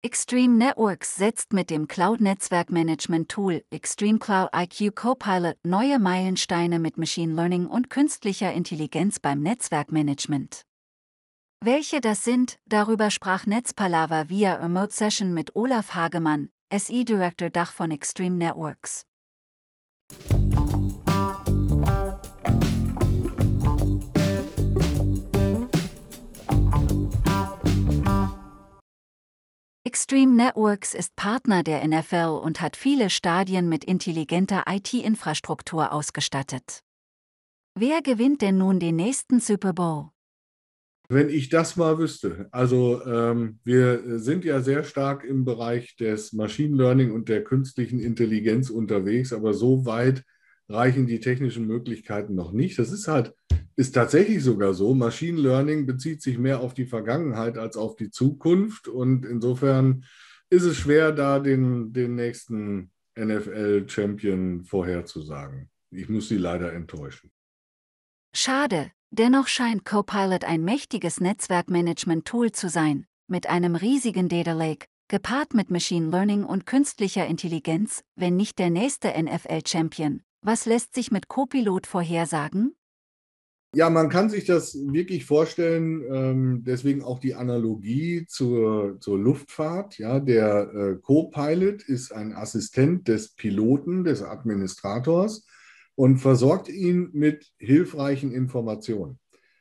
Extreme Networks setzt mit dem Cloud-Netzwerkmanagement-Tool Extreme Cloud IQ Copilot neue Meilensteine mit Machine Learning und künstlicher Intelligenz beim Netzwerkmanagement. Welche das sind, darüber sprach Netzpalava via Remote Session mit Olaf Hagemann, SE Director Dach von Extreme Networks. Extreme Networks ist Partner der NFL und hat viele Stadien mit intelligenter IT-Infrastruktur ausgestattet. Wer gewinnt denn nun den nächsten Super Bowl? Wenn ich das mal wüsste. Also wir sind ja sehr stark im Bereich des Machine Learning und der künstlichen Intelligenz unterwegs, aber so weit reichen die technischen Möglichkeiten noch nicht. Ist tatsächlich sogar so. Machine Learning bezieht sich mehr auf die Vergangenheit als auf die Zukunft und insofern ist es schwer, da den nächsten NFL-Champion vorherzusagen. Ich muss Sie leider enttäuschen. Schade, dennoch scheint Copilot ein mächtiges Netzwerkmanagement-Tool zu sein, mit einem riesigen Data Lake, gepaart mit Machine Learning und künstlicher Intelligenz, wenn nicht der nächste NFL-Champion. Was lässt sich mit Copilot vorhersagen? Ja, man kann sich das wirklich vorstellen, deswegen auch die Analogie zur Luftfahrt. Ja, der Co-Pilot ist ein Assistent des Piloten, des Administrators und versorgt ihn mit hilfreichen Informationen.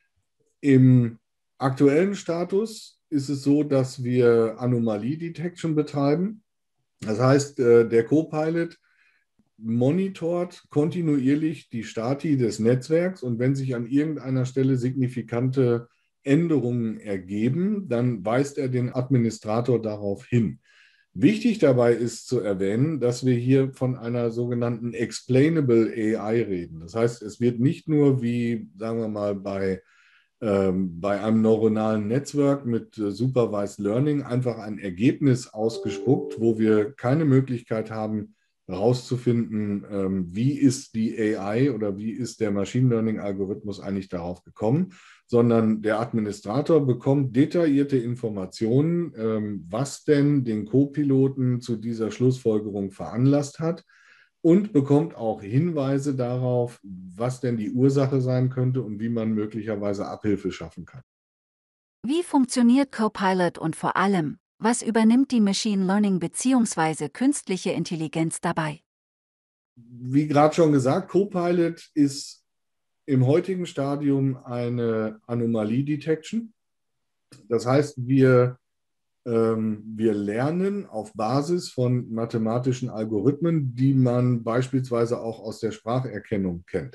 Im aktuellen Status ist es so, dass wir Anomalie-Detection betreiben. Das heißt, der Co-Pilot monitort kontinuierlich die Stati des Netzwerks und wenn sich an irgendeiner Stelle signifikante Änderungen ergeben, dann weist er den Administrator darauf hin. Wichtig dabei ist zu erwähnen, dass wir hier von einer sogenannten Explainable AI reden. Das heißt, es wird nicht nur wie, sagen wir mal, bei einem neuronalen Netzwerk mit Supervised Learning einfach ein Ergebnis ausgespuckt, wo wir keine Möglichkeit haben, herauszufinden, wie ist die AI oder wie ist der Machine Learning-Algorithmus eigentlich darauf gekommen, sondern der Administrator bekommt detaillierte Informationen, was denn den Co-Piloten zu dieser Schlussfolgerung veranlasst hat und bekommt auch Hinweise darauf, was denn die Ursache sein könnte und wie man möglicherweise Abhilfe schaffen kann. Wie funktioniert Copilot und vor allem, was übernimmt die Machine Learning bzw. künstliche Intelligenz dabei? Wie gerade schon gesagt, Copilot ist im heutigen Stadium eine Anomalie-Detection. Das heißt, wir lernen auf Basis von mathematischen Algorithmen, die man beispielsweise auch aus der Spracherkennung kennt.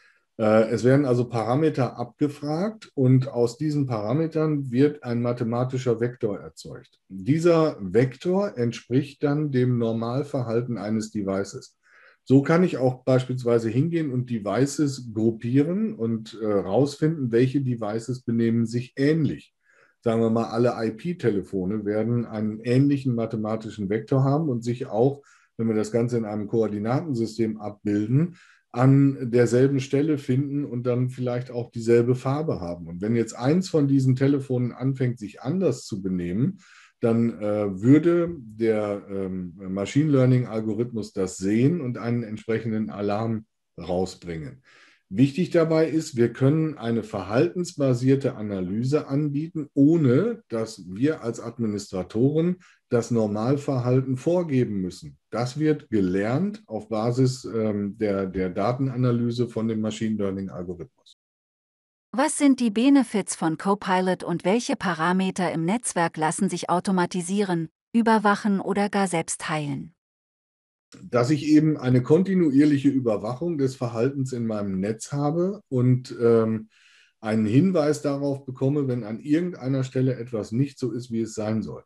Es werden also Parameter abgefragt und aus diesen Parametern wird ein mathematischer Vektor erzeugt. Dieser Vektor entspricht dann dem Normalverhalten eines Devices. So kann ich auch beispielsweise hingehen und Devices gruppieren und rausfinden, welche Devices benehmen sich ähnlich. Sagen wir mal, alle IP-Telefone werden einen ähnlichen mathematischen Vektor haben und sich auch, wenn wir das Ganze in einem Koordinatensystem abbilden, an derselben Stelle finden und dann vielleicht auch dieselbe Farbe haben. Und wenn jetzt eins von diesen Telefonen anfängt, sich anders zu benehmen, dann würde der Machine Learning-Algorithmus das sehen und einen entsprechenden Alarm rausbringen. Wichtig dabei ist, wir können eine verhaltensbasierte Analyse anbieten, ohne dass wir als Administratoren das Normalverhalten vorgeben müssen. Das wird gelernt auf Basis der Datenanalyse von dem Machine Learning-Algorithmus. Was sind die Benefits von Copilot und welche Parameter im Netzwerk lassen sich automatisieren, überwachen oder gar selbst heilen? Dass ich eben eine kontinuierliche Überwachung des Verhaltens in meinem Netz habe und einen Hinweis darauf bekomme, wenn an irgendeiner Stelle etwas nicht so ist, wie es sein soll.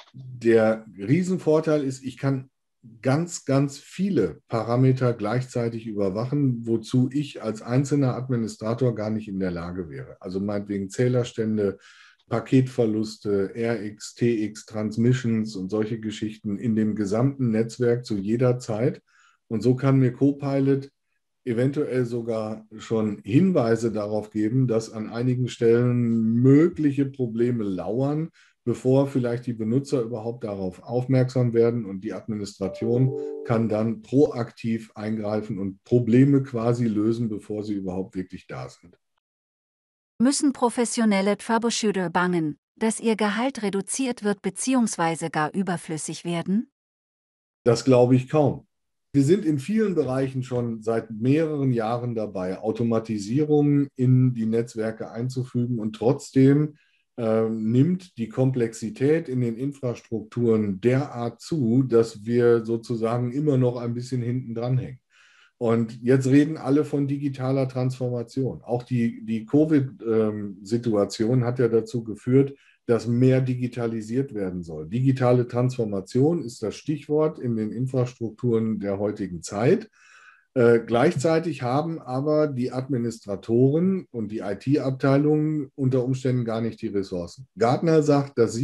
Der Riesenvorteil ist, ich kann ganz, ganz viele Parameter gleichzeitig überwachen, wozu ich als einzelner Administrator gar nicht in der Lage wäre. Also meinetwegen Zählerstände, Paketverluste, RX, TX, Transmissions und solche Geschichten in dem gesamten Netzwerk zu jeder Zeit. Und so kann mir Copilot eventuell sogar schon Hinweise darauf geben, dass an einigen Stellen mögliche Probleme lauern, bevor vielleicht die Benutzer überhaupt darauf aufmerksam werden, und die Administration kann dann proaktiv eingreifen und Probleme quasi lösen, bevor sie überhaupt wirklich da sind. Müssen professionelle Troubleshooter bangen, dass ihr Gehalt reduziert wird bzw. gar überflüssig werden? Das glaube ich kaum. Wir sind in vielen Bereichen schon seit mehreren Jahren dabei, Automatisierung in die Netzwerke einzufügen, und trotzdem nimmt die Komplexität in den Infrastrukturen derart zu, dass wir sozusagen immer noch ein bisschen hinten dran hängen. Und jetzt reden alle von digitaler Transformation. Auch die Covid-Situation hat ja dazu geführt, dass mehr digitalisiert werden soll. Digitale Transformation ist das Stichwort in den Infrastrukturen der heutigen Zeit. Gleichzeitig haben aber die Administratoren und die IT-Abteilungen unter Umständen gar nicht die Ressourcen. Gartner sagt, dass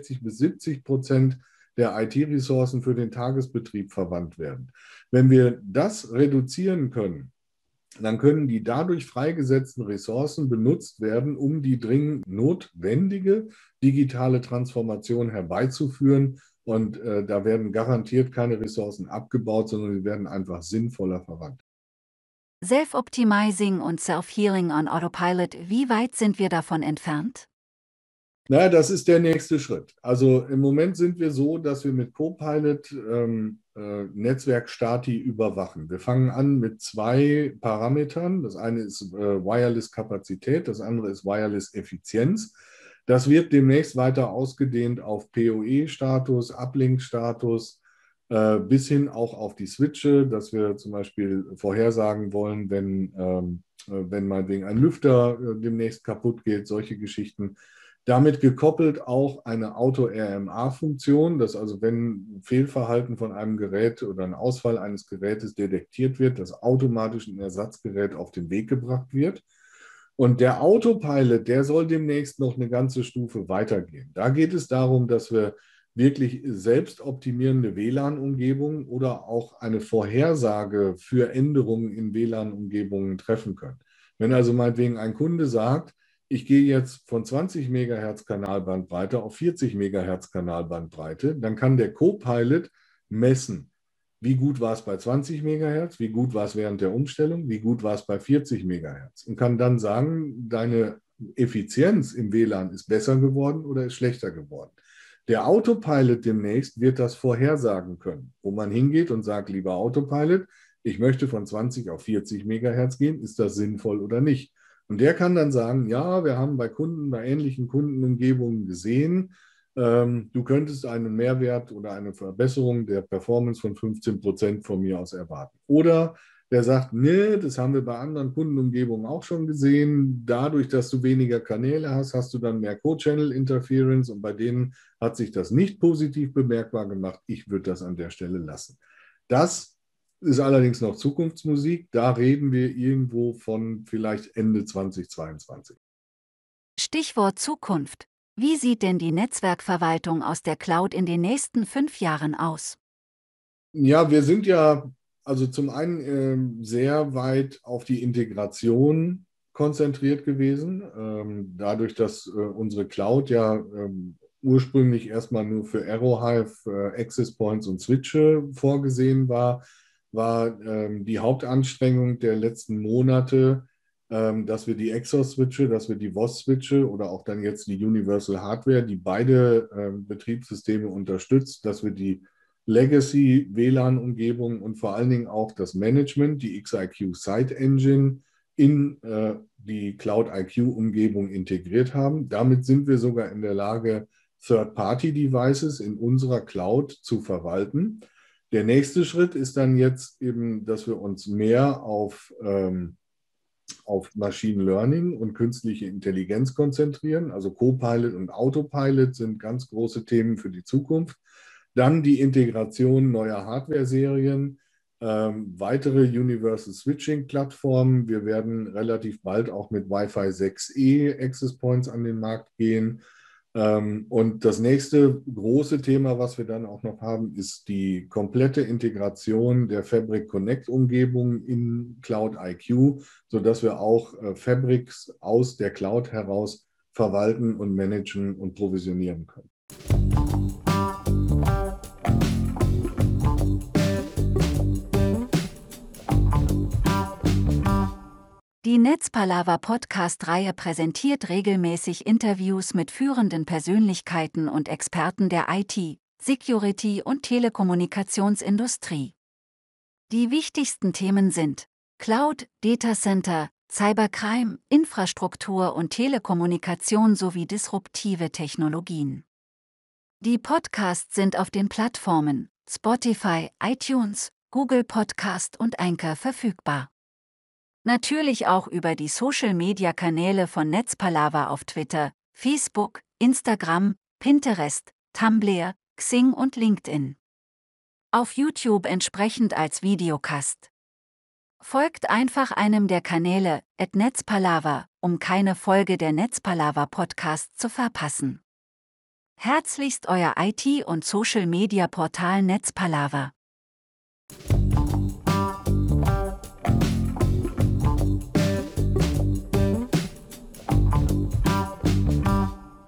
67-70% der IT-Ressourcen für den Tagesbetrieb verwandt werden. Wenn wir das reduzieren können, dann können die dadurch freigesetzten Ressourcen benutzt werden, um die dringend notwendige digitale Transformation herbeizuführen. Und da werden garantiert keine Ressourcen abgebaut, sondern sie werden einfach sinnvoller verwandt. Self-Optimizing und Self-Healing on Autopilot, wie weit sind wir davon entfernt? Naja, das ist der nächste Schritt. Also im Moment sind wir so, dass wir mit Copilot Netzwerkstati überwachen. Wir fangen an mit zwei Parametern. Das eine ist Wireless-Kapazität, das andere ist Wireless-Effizienz. Das wird demnächst weiter ausgedehnt auf PoE-Status, Uplink-Status, bis hin auch auf die Switche, dass wir zum Beispiel vorhersagen wollen, wenn meinetwegen ein Lüfter demnächst kaputt geht, solche Geschichten. Damit gekoppelt auch eine Auto-RMA-Funktion, dass also wenn ein Fehlverhalten von einem Gerät oder ein Ausfall eines Gerätes detektiert wird, dass automatisch ein Ersatzgerät auf den Weg gebracht wird. Und der Autopilot, der soll demnächst noch eine ganze Stufe weitergehen. Da geht es darum, dass wir wirklich selbstoptimierende WLAN-Umgebungen oder auch eine Vorhersage für Änderungen in WLAN-Umgebungen treffen können. Wenn also meinetwegen ein Kunde sagt, ich gehe jetzt von 20 Megahertz Kanalbandbreite auf 40 Megahertz Kanalbandbreite, dann kann der Copilot messen, wie gut war es bei 20 Megahertz, wie gut war es während der Umstellung, wie gut war es bei 40 Megahertz, und kann dann sagen, deine Effizienz im WLAN ist besser geworden oder ist schlechter geworden. Der Autopilot demnächst wird das vorhersagen können, wo man hingeht und sagt, lieber Autopilot, ich möchte von 20 auf 40 Megahertz gehen, ist das sinnvoll oder nicht? Und der kann dann sagen, ja, wir haben bei Kunden, bei ähnlichen Kundenumgebungen gesehen, du könntest einen Mehrwert oder eine Verbesserung der Performance von 15% von mir aus erwarten. Oder der sagt, nee, das haben wir bei anderen Kundenumgebungen auch schon gesehen. Dadurch, dass du weniger Kanäle hast, hast du dann mehr Co-Channel Interference, und bei denen hat sich das nicht positiv bemerkbar gemacht. Ich würde das an der Stelle lassen. Das ist allerdings noch Zukunftsmusik. Da reden wir irgendwo von vielleicht Ende 2022. Stichwort Zukunft. Wie sieht denn die Netzwerkverwaltung aus der Cloud in den nächsten 5 Jahren aus? Ja, wir sind ja also zum einen sehr weit auf die Integration konzentriert gewesen. Dadurch, dass unsere Cloud ja ursprünglich erstmal nur für Aerohive, Access Points und Switche vorgesehen war, war die Hauptanstrengung der letzten Monate, dass wir die Exos-Switche, dass wir die WOS-Switche oder auch dann jetzt die Universal Hardware, die beide Betriebssysteme unterstützt, dass wir die Legacy-WLAN-Umgebung und vor allen Dingen auch das Management, die XIQ Site Engine, in die Cloud IQ-Umgebung integriert haben. Damit sind wir sogar in der Lage, Third-Party-Devices in unserer Cloud zu verwalten. Der nächste Schritt ist dann jetzt eben, dass wir uns mehr auf Machine Learning und künstliche Intelligenz konzentrieren. Also Copilot und Autopilot sind ganz große Themen für die Zukunft. Dann die Integration neuer Hardware-Serien, weitere Universal Switching-Plattformen. Wir werden relativ bald auch mit Wi-Fi 6E Access Points an den Markt gehen. Und das nächste große Thema, was wir dann auch noch haben, ist die komplette Integration der Fabric Connect-Umgebung in Cloud IQ, sodass wir auch Fabrics aus der Cloud heraus verwalten und managen und provisionieren können. Die Netzpalava-Podcast-Reihe präsentiert regelmäßig Interviews mit führenden Persönlichkeiten und Experten der IT, Security und Telekommunikationsindustrie. Die wichtigsten Themen sind Cloud, Datacenter, Cybercrime, Infrastruktur und Telekommunikation sowie disruptive Technologien. Die Podcasts sind auf den Plattformen Spotify, iTunes, Google Podcast und Anchor verfügbar. Natürlich auch über die Social-Media-Kanäle von Netzpalava auf Twitter, Facebook, Instagram, Pinterest, Tumblr, Xing und LinkedIn. Auf YouTube entsprechend als Videocast. Folgt einfach einem der Kanäle @Netzpalava, um keine Folge der Netzpalava Podcast zu verpassen. Herzlichst euer IT- und Social-Media-Portal Netzpalava.